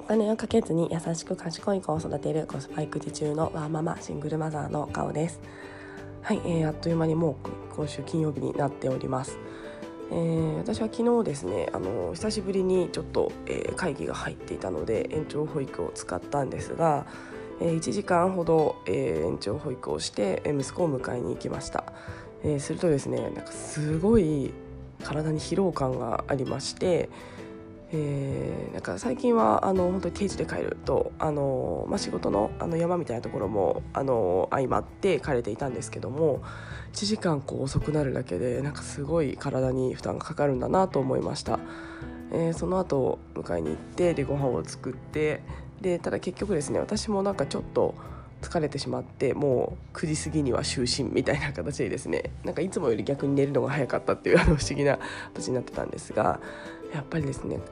金をかけずに優しく賢い子を育てるコスパ育児中のワーママシングルマザーのカオです。はい、あっという間にもう今週金曜日になっております。私は昨日ですね久しぶりにちょっと、会議が入っていたので延長保育を使ったんですが、1時間ほど、延長保育をして、息子を迎えに行きました。するとですねなんかすごい体に疲労感がありまして、なんか最近は本当に定時で帰ると仕事の山みたいなところも相まって帰れていたんですけども、1時間遅くなるだけでなんかすごい体に負担がかかるんだなと思いました。その後迎えに行ってでご飯を作ってでただ結局ですね私もなんかちょっと疲れてしまってもう9時過ぎには就寝みたいな形でですねなんかいつもより逆に寝るのが早かったっていう不思議な形になってたんですが、やっぱりですね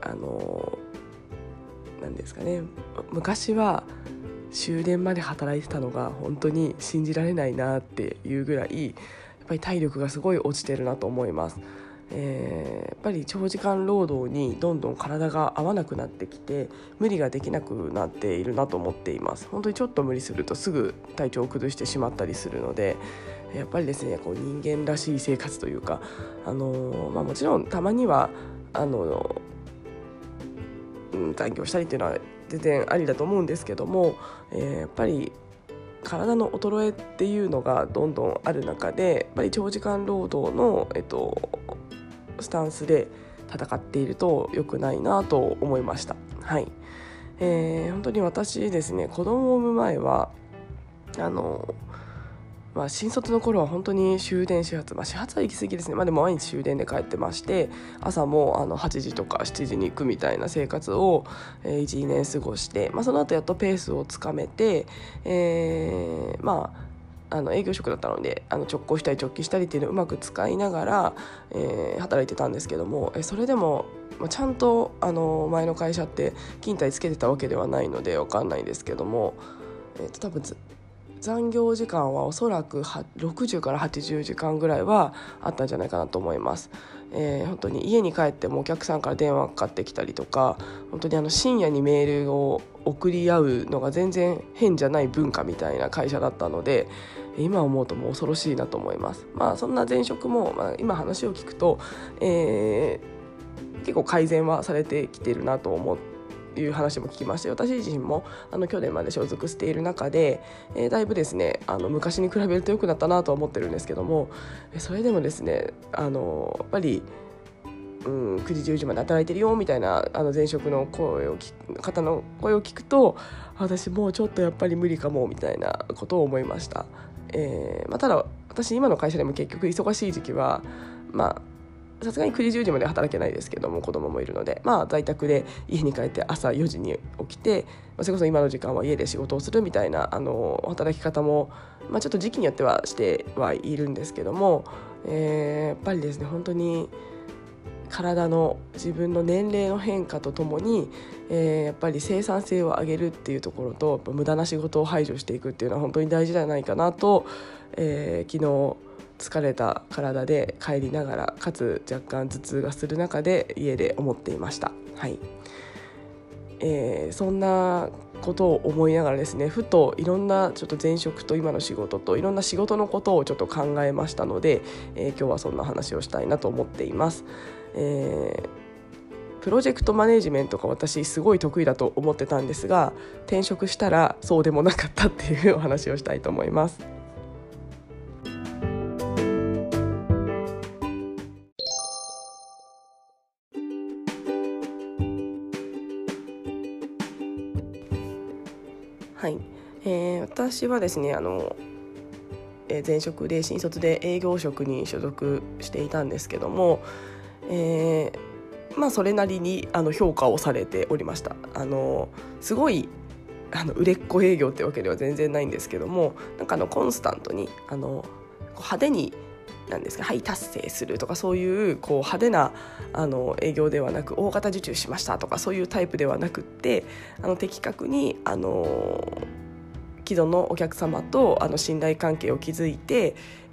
なんですかね、昔は終電まで働いてたのが本当に信じられないなっていうぐらいやっぱり体力がすごい落ちてるなと思います。やっぱり長時間労働にどんどん体が合わなくなってきて無理ができなくなっているなと思っています。本当にちょっと無理するとすぐ体調を崩してしまったりするので、やっぱりですね人間らしい生活というか、もちろんたまには残業したりっていうのは全然ありだと思うんですけども、やっぱり体の衰えっていうのがどんどんある中でやっぱり長時間労働の、スタンスで戦っていると良くないなと思いました。はい、本当に私ですね子供を産む前は新卒の頃は本当に終電始発、始発は行き過ぎですね、でも毎日終電で帰ってまして、朝も8時とか7時に行くみたいな生活を、1、2年過ごして、その後やっとペースをつかめて、営業職だったので直行したり直帰したりっていうのをうまく使いながら、働いてたんですけども、それでも、ちゃんと前の会社って勤怠つけてたわけではないので分かんないですけども、多分残業時間はおそらく60から80時間ぐらいはあったんじゃないかなと思います。本当に家に帰ってもお客さんから電話がかかってきたりとか、本当に深夜にメールを送り合うのが全然変じゃない文化みたいな会社だったので、今思うともう恐ろしいなと思います。そんな前職も、今話を聞くと、結構改善はされてきてるなと思っていう話も聞きまして、私自身も去年まで所属している中で、だいぶですね昔に比べると良くなったなとは思ってるんですけども、それでもですねやっぱり、9時10時まで働いてるよみたいな前職の方の声を聞くと、私もうちょっとやっぱり無理かもみたいなことを思いました。ただ私今の会社でも結局忙しい時期はさすがに9時10時まで働けないですけども、子供もいるので、在宅で家に帰って朝4時に起きて、それこそ今の時間は家で仕事をするみたいな働き方も、ちょっと時期によってはしてはいるんですけども、やっぱりですね本当に体の自分の年齢の変化とともに、やっぱり生産性を上げるっていうところと無駄な仕事を排除していくっていうのは本当に大事じゃないかなと、昨日疲れた体で帰りながらかつ若干頭痛がする中で家で思っていました。はい、そんなことを思いながらですねふといろんなちょっと前職と今の仕事といろんな仕事のことをちょっと考えましたので、今日はそんな話をしたいなと思っています。プロジェクトマネジメントが私すごい得意だと思ってたんですが、転職したらそうでもなかったっていうお話をしたいと思います。はい、私はですね前職で新卒で営業職に所属していたんですけども、それなりに評価をされておりました。すごい売れっ子営業ってわけでは全然ないんですけども、なんかコンスタントに派手になんですか、達成するとかそういう派手な営業ではなく、大型受注しましたとかそういうタイプではなくって、的確に既存のお客様と信頼関係を築いて、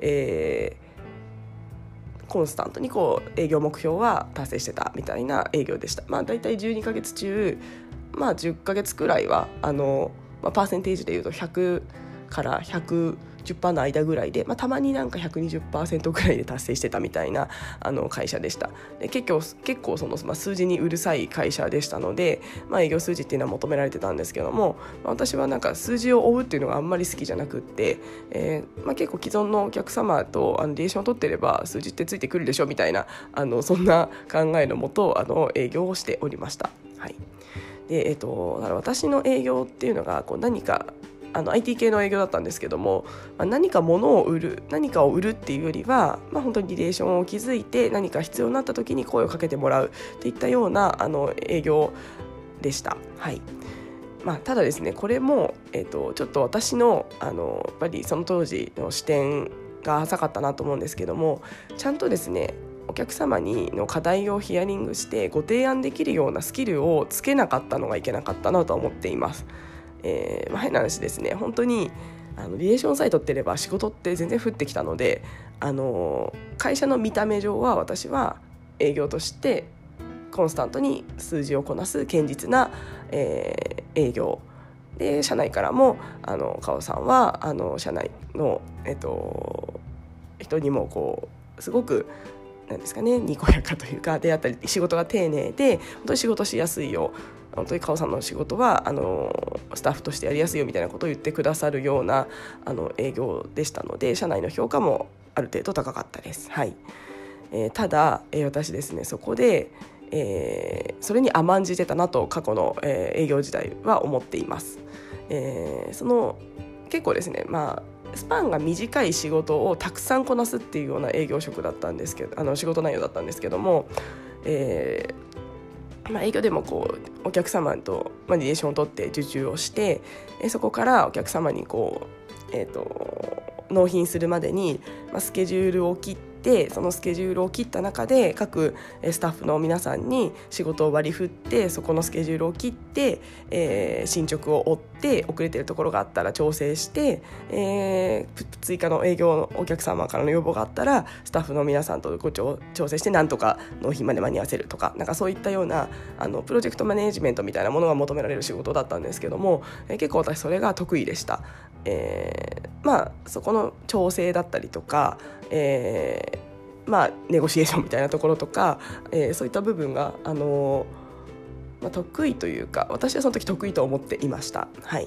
コンスタントに営業目標は達成してたみたいな営業でした。だいたい12ヶ月中、 10ヶ月くらいはパーセンテージでいうと100から110%の間ぐらいで、たまになんか 120% ぐらいで達成してたみたいな会社でした。で結構その、数字にうるさい会社でしたので、営業数字っていうのは求められてたんですけども、私はなんか数字を追うっていうのがあんまり好きじゃなくって、結構既存のお客様とリレーションを取ってれば数字ってついてくるでしょみたいなそんな考えのもと営業をしておりました。はい。で私の営業っていうのが何かIT 系の営業だったんですけども、何か物を売る、何かを売るっていうよりは、本当にリレーションを築いて何か必要になった時に声をかけてもらうっていったような営業でした。はい。ただですね、これも、ちょっと私のやっぱりその当時の視点が浅かったなと思うんですけども、ちゃんとですねお客様の課題をヒアリングしてご提案できるようなスキルをつけなかったのがいけなかったなと思っています。変な話ですね、本当にリレーションさえ取ってれば仕事って全然降ってきたので、会社の見た目上は私は営業としてコンスタントに数字をこなす堅実な、営業で、社内からもカオさんは社内の、人にもすごくなんですかね、にこやかというかであったり、仕事が丁寧で本当に仕事しやすいよ、本当にカオさんの仕事はスタッフとしてやりやすいよみたいなことを言ってくださるような営業でしたので、社内の評価もある程度高かったです。はい。ただ、私ですねそこで、それに甘んじてたなと過去の、営業時代は思っています。結構ですねスパンが短い仕事をたくさんこなすっていうような営業職だったんですけど、仕事内容だったんですけども、営業でもお客様と、リレーションを取って受注をして、そこからお客様に納品するまでに、スケジュールを切って、そのスケジュールを切った中で各スタッフの皆さんに仕事を割り振って、そこのスケジュールを切って、進捗を追って遅れているところがあったら調整して、追加の営業のお客様からの要望があったらスタッフの皆さんと調整してなんとか納品まで間に合わせるとか、なんかそういったようなプロジェクトマネジメントみたいなものが求められる仕事だったんですけども、結構私それが得意でした。そこの調整だったりとか、ネゴシエーションみたいなところとか、そういった部分が、得意というか、私はその時得意と思っていました。はい。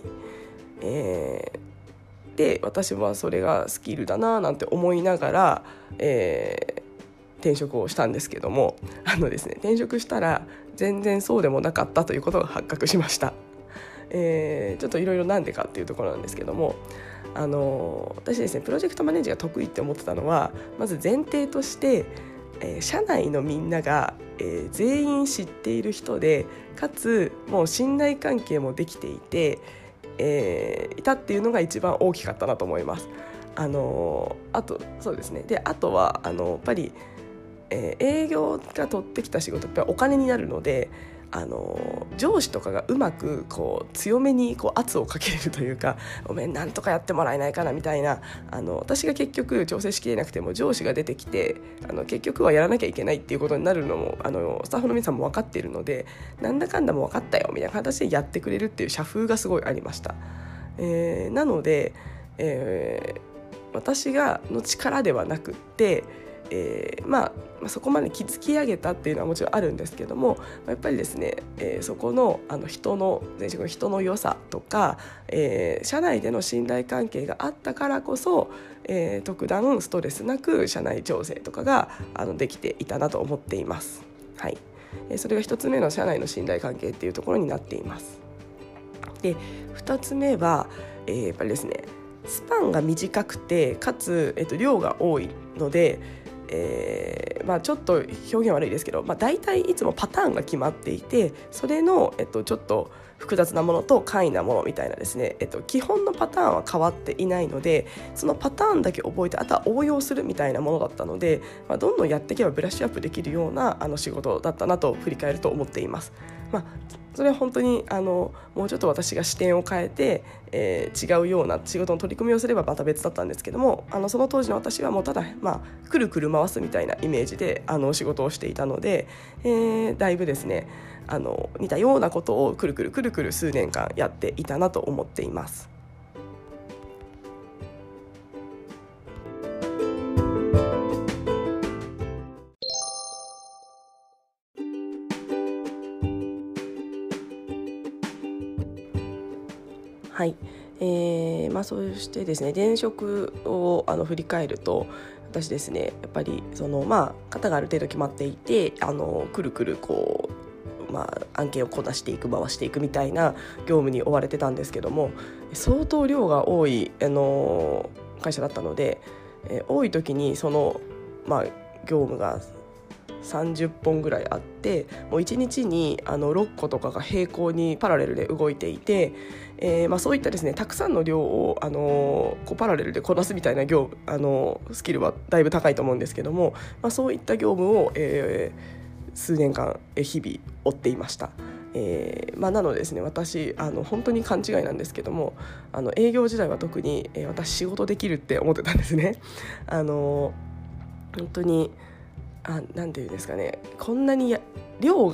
で私はそれがスキルだななんて思いながら、転職をしたんですけども、ですね、転職したら全然そうでもなかったということが発覚しました。ちょっといろいろなんでかっていうところなんですけども、私ですねプロジェクトマネージャーが得意って思ってたのは、まず前提として、社内のみんなが、全員知っている人で、かつもう信頼関係もできていて、いたっていうのが一番大きかったなと思います。あとそうですね、であとはやっぱり、営業が取ってきた仕事ってお金になるので、上司とかがうまく強めに圧をかけれるというか、ごめんなんとかやってもらえないかなみたいな、私が結局調整しきれなくても上司が出てきて結局はやらなきゃいけないっていうことになるのもスタッフの皆さんも分かっているので、なんだかんだも分かったよみたいな形でやってくれるっていう社風がすごいありました。なので、私の力ではなくって、そこまで築き上げたっていうのはもちろんあるんですけども、やっぱりですね、そこの人の良さとか、社内での信頼関係があったからこそ、特段ストレスなく社内調整とかができていたなと思っています。はい。それが一つ目の社内の信頼関係っていうところになっています。で、二つ目は、やっぱりですね、スパンが短くてかつ、量が多いので、ちょっと表現悪いですけど、大体いつもパターンが決まっていて、それの、ちょっと複雑なものと簡易なものみたいなですね、基本のパターンは変わっていないので、そのパターンだけ覚えてあとは応用するみたいなものだったので、どんどんやっていけばブラッシュアップできるような仕事だったなと振り返ると思っています。 それは本当にもうちょっと私が視点を変えて、違うような仕事の取り組みをすればまた別だったんですけども、その当時の私はもうただ、くるくる回すみたいなイメージで仕事をしていたので、だいぶですね似たようなことをくるくるくるくる数年間やっていたなと思っています。はい、そうしてですね前職を振り返ると、私ですねやっぱり型がある程度決まっていてくるくるこう、案件をこなしていく回していくみたいな業務に追われてたんですけども、相当量が多い、会社だったので、多い時にその、業務が30本ぐらいあって、もう1日に6個とかが並行にパラレルで動いていて、そういったですねたくさんの量をこうパラレルでこなすみたいなスキルはだいぶ高いと思うんですけども、そういった業務を、数年間日々追っていました。なのでですね私本当に勘違いなんですけども営業時代は特に、私仕事できるって思ってたんですね。本当になんていうんですかね、こんなに量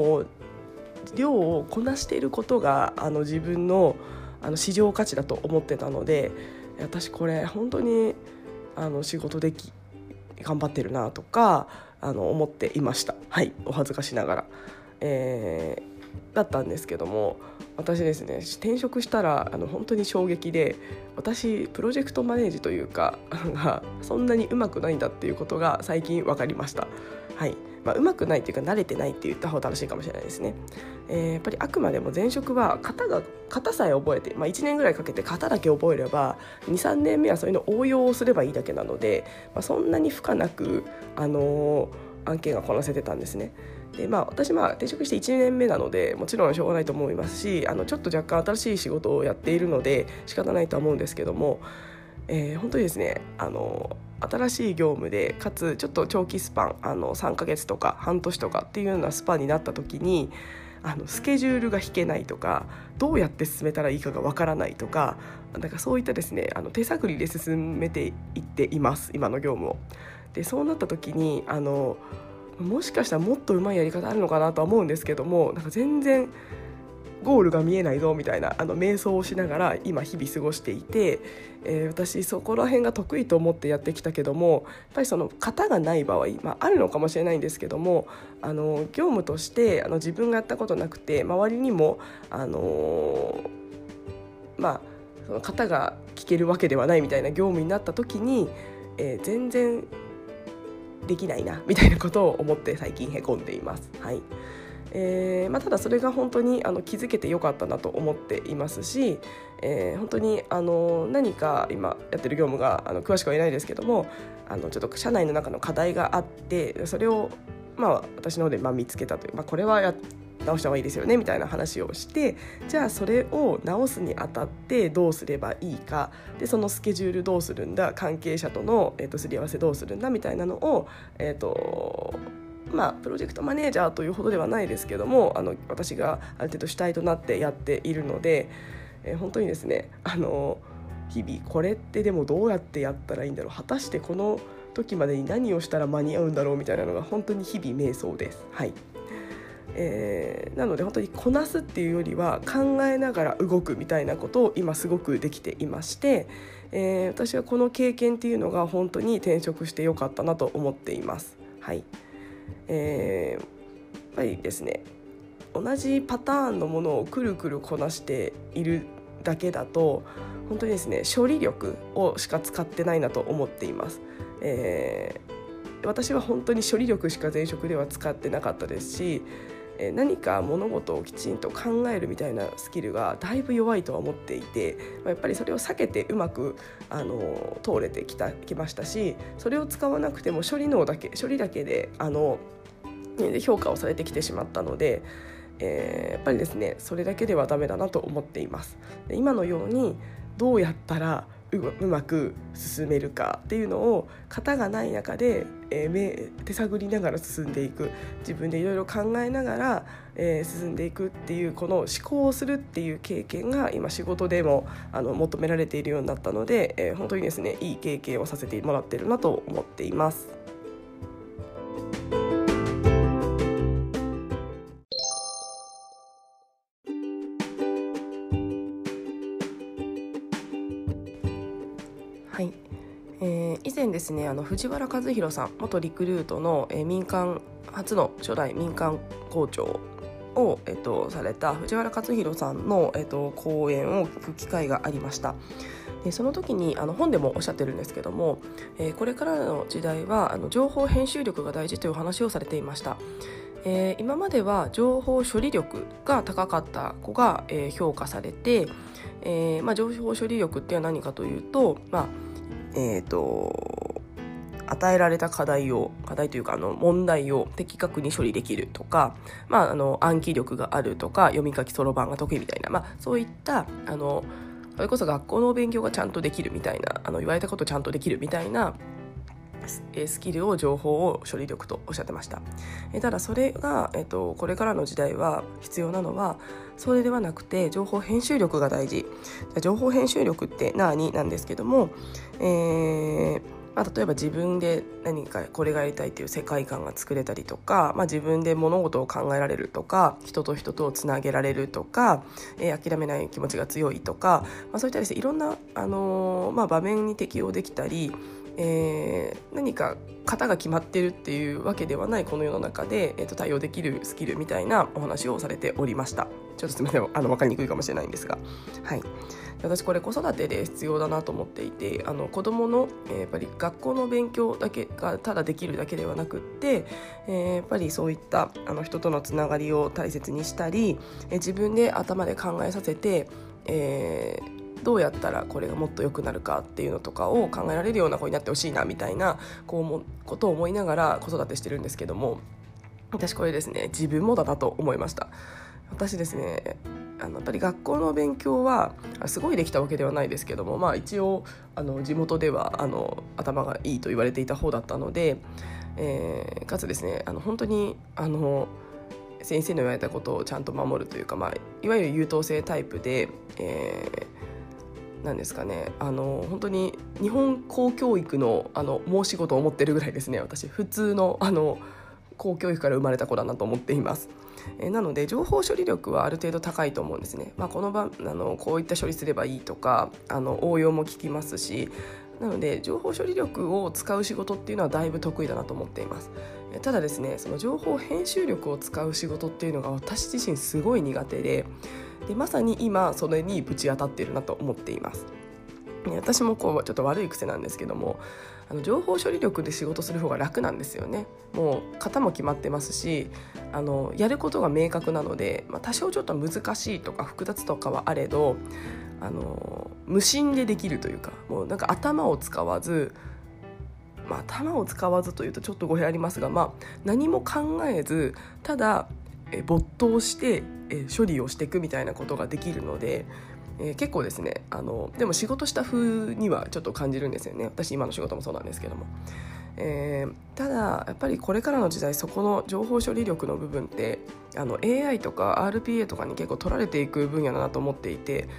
をこなしていることが自分の市場価値だと思ってたので、私これ本当に仕事で頑張ってるなとか思っていました。はい、お恥ずかしながら、だったんですけども、私ですね転職したら本当に衝撃で、私プロジェクトマネージというかそんなにうまくないんだっていうことが最近分かりました。はい、うまくないっていうか慣れてないって言った方が正しいかもしれないですね。やっぱりあくまでも前職は型さえ覚えて、1年ぐらいかけて型だけ覚えれば 2,3 年目はそういうの応用をすればいいだけなので、そんなに負荷なく、案件がこなせてたんですね。で私転職して1年目なのでもちろんしょうがないと思いますし、ちょっと若干新しい仕事をやっているので仕方ないとは思うんですけども、本当にですね新しい業務でかつちょっと長期スパン3ヶ月とか半年とかっていうようなスパンになった時にスケジュールが引けないとか、どうやって進めたらいいかがわからないとか、そういったですね手探りで進めていっています今の業務を。でそうなった時にもしかしたらもっと上手いやり方あるのかなとは思うんですけども、全然ゴールが見えないぞみたいな瞑想をしながら今日々過ごしていて、私そこら辺が得意と思ってやってきたけども、やっぱりその型がない場合、あるのかもしれないんですけども業務として自分がやったことなくて周りにもその型が聞けるわけではないみたいな業務になった時に、全然できないなみたいなことを思って最近へこんでいます。はい、ただそれが本当に気づけてよかったなと思っていますし、本当に何か今やってる業務が詳しくは言えないですけどもちょっと社内の中の課題があって、それを私の方で見つけたという、これは直した方がいいですよねみたいな話をして、じゃあそれを直すにあたってどうすればいいか、でそのスケジュールどうするんだ、関係者との、すり合わせどうするんだみたいなのを、プロジェクトマネージャーというほどではないですけども私がある程度主体となってやっているので、本当にですね日々これってでもどうやってやったらいいんだろう、果たしてこの時までに何をしたら間に合うんだろうみたいなのが本当に日々瞑想です。はい、なので本当にこなすっていうよりは考えながら動くみたいなことを今すごくできていまして、私はこの経験っていうのが本当に転職してよかったなと思っています。はい、やっぱりですね同じパターンのものをくるくるこなしているだけだと本当にですね処理力をしか使ってないなと思っています。私は本当に処理力しか前職では使ってなかったですし、何か物事をきちんと考えるみたいなスキルがだいぶ弱いとは思っていて、やっぱりそれを避けてうまく通れてきましたし、それを使わなくても処理だけで評価をされてきてしまったので、やっぱりですねそれだけではダメだなと思っています。で今のようにどうやったらうまく進めるかっていうのを型がない中で、手探りながら進んでいく、自分でいろいろ考えながら、進んでいくっていうこの思考をするっていう経験が今仕事でも求められているようになったので、本当にですねいい経験をさせてもらっているなと思っています。はい、以前ですね藤原和弘さん元リクルートの、民間初の初代民間校長を、された藤原和弘さんの、講演を聞く機会がありました。でその時に本でもおっしゃってるんですけども、これからの時代は情報編集力が大事という話をされていました。今までは情報処理力が高かった子が、評価されて、情報処理力っていうのは何かというと、与えられた課題というか問題を的確に処理できるとか、暗記力があるとか読み書きそろばんが得意みたいな、そういったそれこそ学校の勉強がちゃんとできるみたいな言われたことちゃんとできるみたいなスキルを情報を処理力とおっしゃってました。ただそれが、これからの時代は必要なのはそれではなくて情報編集力が大事。情報編集力って何なんですけども、例えば自分で何かこれがやりたいっていう世界観が作れたりとか、自分で物事を考えられるとか、人と人とつなげられるとか、諦めない気持ちが強いとか、そういったですねいろんな、場面に適応できたり、何か型が決まってるっていうわけではないこの世の中で、対応できるスキルみたいなお話をされておりました。ちょっとすみません分かりにくいかもしれないんですが、はい、私これ子育てで必要だなと思っていて、子どもの、やっぱり学校の勉強だけがただできるだけではなくって、やっぱりそういった人とのつながりを大切にしたり、自分で頭で考えさせて、どうやったらこれがもっと良くなるかっていうのとかを考えられるような子になってほしいなみたいなことを思いながら子育てしてるんですけども、私これですね自分もだなと思いました。私ですねやっぱり学校の勉強はすごいできたわけではないですけども、一応地元では頭がいいと言われていた方だったので、かつですね本当に先生の言われたことをちゃんと守るというか、いわゆる優等生タイプで、なんですかね本当に日本公教育の申し子と思ってるぐらいですね。私普通の公教育から生まれた子だなと思っています。なので情報処理力はある程度高いと思うんですね。この場こういった処理すればいいとか応用も聞きますし、なので情報処理力を使う仕事っていうのはだいぶ得意だなと思っています。ただですねその情報編集力を使う仕事っていうのが私自身すごい苦手で、まさに今それにぶち当たっているなと思っています。私もちょっと悪い癖なんですけども情報処理力で仕事する方が楽なんですよね。もう型も決まってますしやることが明確なので、多少ちょっと難しいとか複雑とかはあれど無心でできるというか、もうなんか頭を使わずというとちょっと語弊ありますが、何も考えずただ没頭して処理をしていくみたいなことができるので、結構ですねでも仕事した風にはちょっと感じるんですよね。私今の仕事もそうなんですけども、ただやっぱりこれからの時代そこの情報処理力の部分ってAI とか RPA とかに結構取られていく分野だなと思っていて、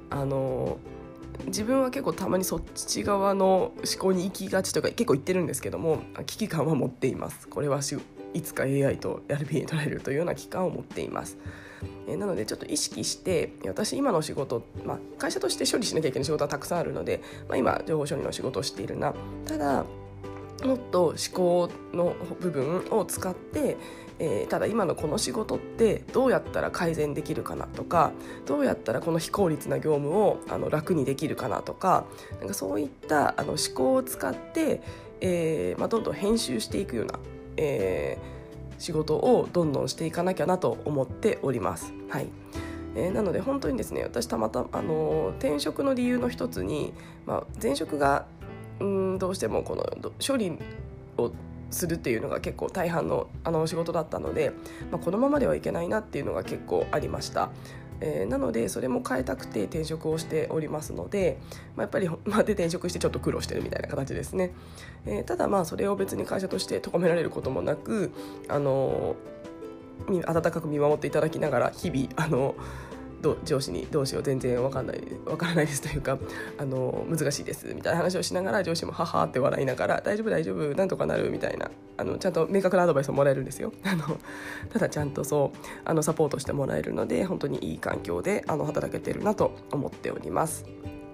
自分は結構たまにそっち側の思考に行きがちとか結構言ってるんですけども、危機感は持っています。これはいつか AI と RPA に取られるというような危機感を持っています。なのでちょっと意識して私今の仕事、会社として処理しなきゃいけない仕事はたくさんあるので、今情報処理の仕事をしているな。ただもっと思考の部分を使って、ただ今のこの仕事ってどうやったら改善できるかなとか、どうやったらこの非効率な業務を楽にできるかなとか、なんかそういった思考を使って、どんどん編集していくような、仕事をどんどんしていかなきゃなと思っております。はい。なので本当にですね私たまたま転職の理由の一つに、前職がどうしてもこの処理をするっていうのが結構大半の仕事だったので、このままではいけないなっていうのが結構ありました。 なのでそれも変えたくて転職をしておりますので、やっぱり、で転職してちょっと苦労してるみたいな形ですね。ただそれを別に会社として咎められることもなく、温かく見守っていただきながら日々上司にどうしよう全然わからないですというか難しいですみたいな話をしながら、上司もははって笑いながら大丈夫なんとかなるみたいなちゃんと明確なアドバイスをもらえるんですよ。ただちゃんとそうサポートしてもらえるので、本当にいい環境で働けてるなと思っております。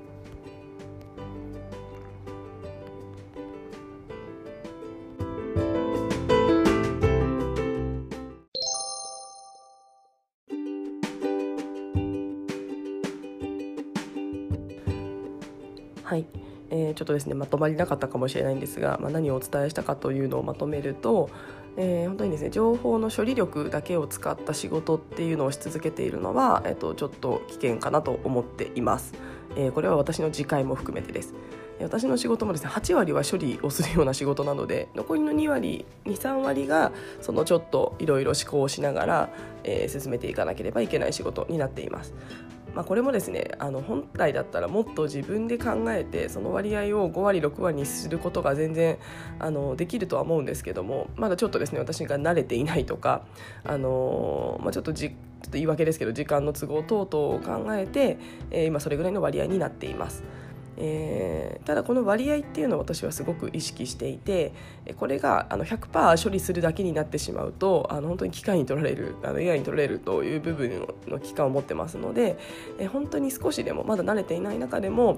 はい、ちょっとですねまとまりなかったかもしれないんですが、何をお伝えしたかというのをまとめると、本当にですね情報の処理力だけを使った仕事っていうのをし続けているのは、ちょっと危険かなと思っています。これは私の自戒も含めてです。私の仕事もですね8割は処理をするような仕事なので、残りの2割 2,3 割がちょっといろいろ思考をしながら、進めていかなければいけない仕事になっています。これもですね本来だったらもっと自分で考えてその割合を5割6割にすることが全然できるとは思うんですけども、まだちょっとですね私が慣れていないとかちょっと言い訳ですけど時間の都合等々を考えて、今それぐらいの割合になっています。ただこの割合っていうのを私はすごく意識していて、これが100% 処理するだけになってしまうと本当に機械に取られるAI に取られるという部分の危機感を持ってますので、本当に少しでもまだ慣れていない中でも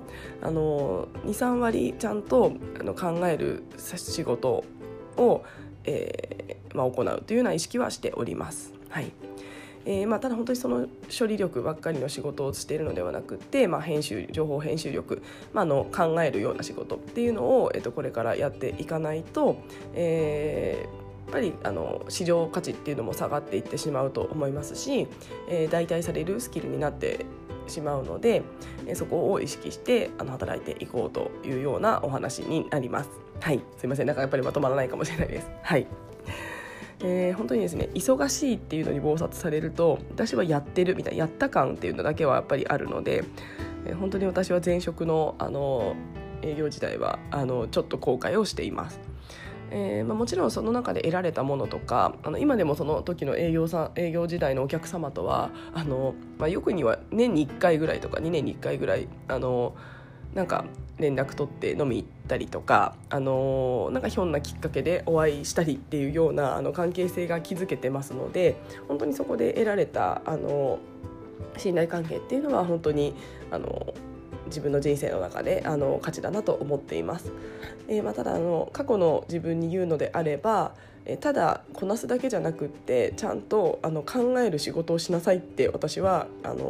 2、3割ちゃんと考える仕事を、行うというような意識はしております。はい。ただ本当にその処理力ばっかりの仕事をしているのではなくて、情報編集力、考えるような仕事っていうのを、これからやっていかないと、やっぱり市場価値っていうのも下がっていってしまうと思いますし、代替されるスキルになってしまうので、そこを意識して働いていこうというようなお話になります。はい、すいません、やっぱりまとまらないかもしれないです。はい。本当にですね忙しいっていうのに忙殺されると、私はやってるみたいなやった感っていうのだけはやっぱりあるので、本当に私は前職の営業時代はちょっと後悔をしています。もちろんその中で得られたものとか今でもその時の営業時代のお客様とはよくには年に1回ぐらいとか2年に1回ぐらいなんか連絡取って飲み行ったりとかなんかひょんなきっかけでお会いしたりっていうような関係性が築けてますので、本当にそこで得られた信頼関係っていうのは本当に自分の人生の中で価値だなと思っています。ただ過去の自分に言うのであれば、ただこなすだけじゃなくってちゃんと考える仕事をしなさいって私は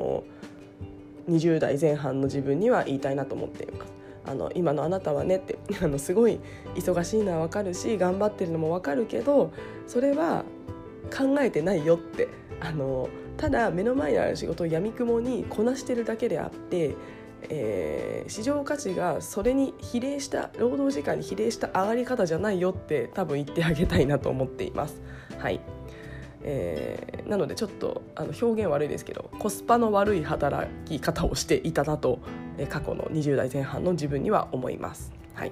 20代前半の自分には言いたいなと思っています。今のあなたはねってすごい忙しいのは分かるし頑張ってるのも分かるけど、それは考えてないよってただ目の前にある仕事をやみくもにこなしてるだけであって、市場価値がそれに比例した労働時間に比例した上がり方じゃないよって多分言ってあげたいなと思っています。はい。なのでちょっと表現悪いですけどコスパの悪い働き方をしていたなと、過去の20代前半の自分には思います。はい。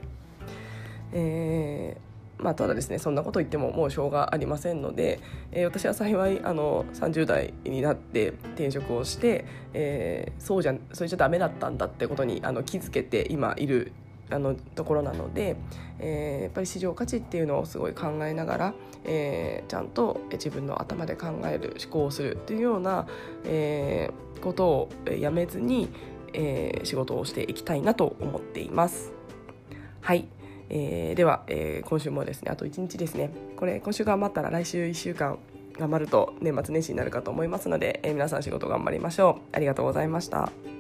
ただですねそんなこと言ってももうしょうがありませんので、私は幸い30代になって転職をして、それじゃダメだったんだってことに気づけて今いるところなので、やっぱり市場価値っていうのをすごい考えながら、ちゃんと自分の頭で考える思考をするっていうような、ことをやめずに、仕事をしていきたいなと思っています。はい。では、今週もですねあと1日ですね。今週頑張ったら来週1週間頑張ると年末年始になるかと思いますので、皆さん仕事頑張りましょう。ありがとうございました。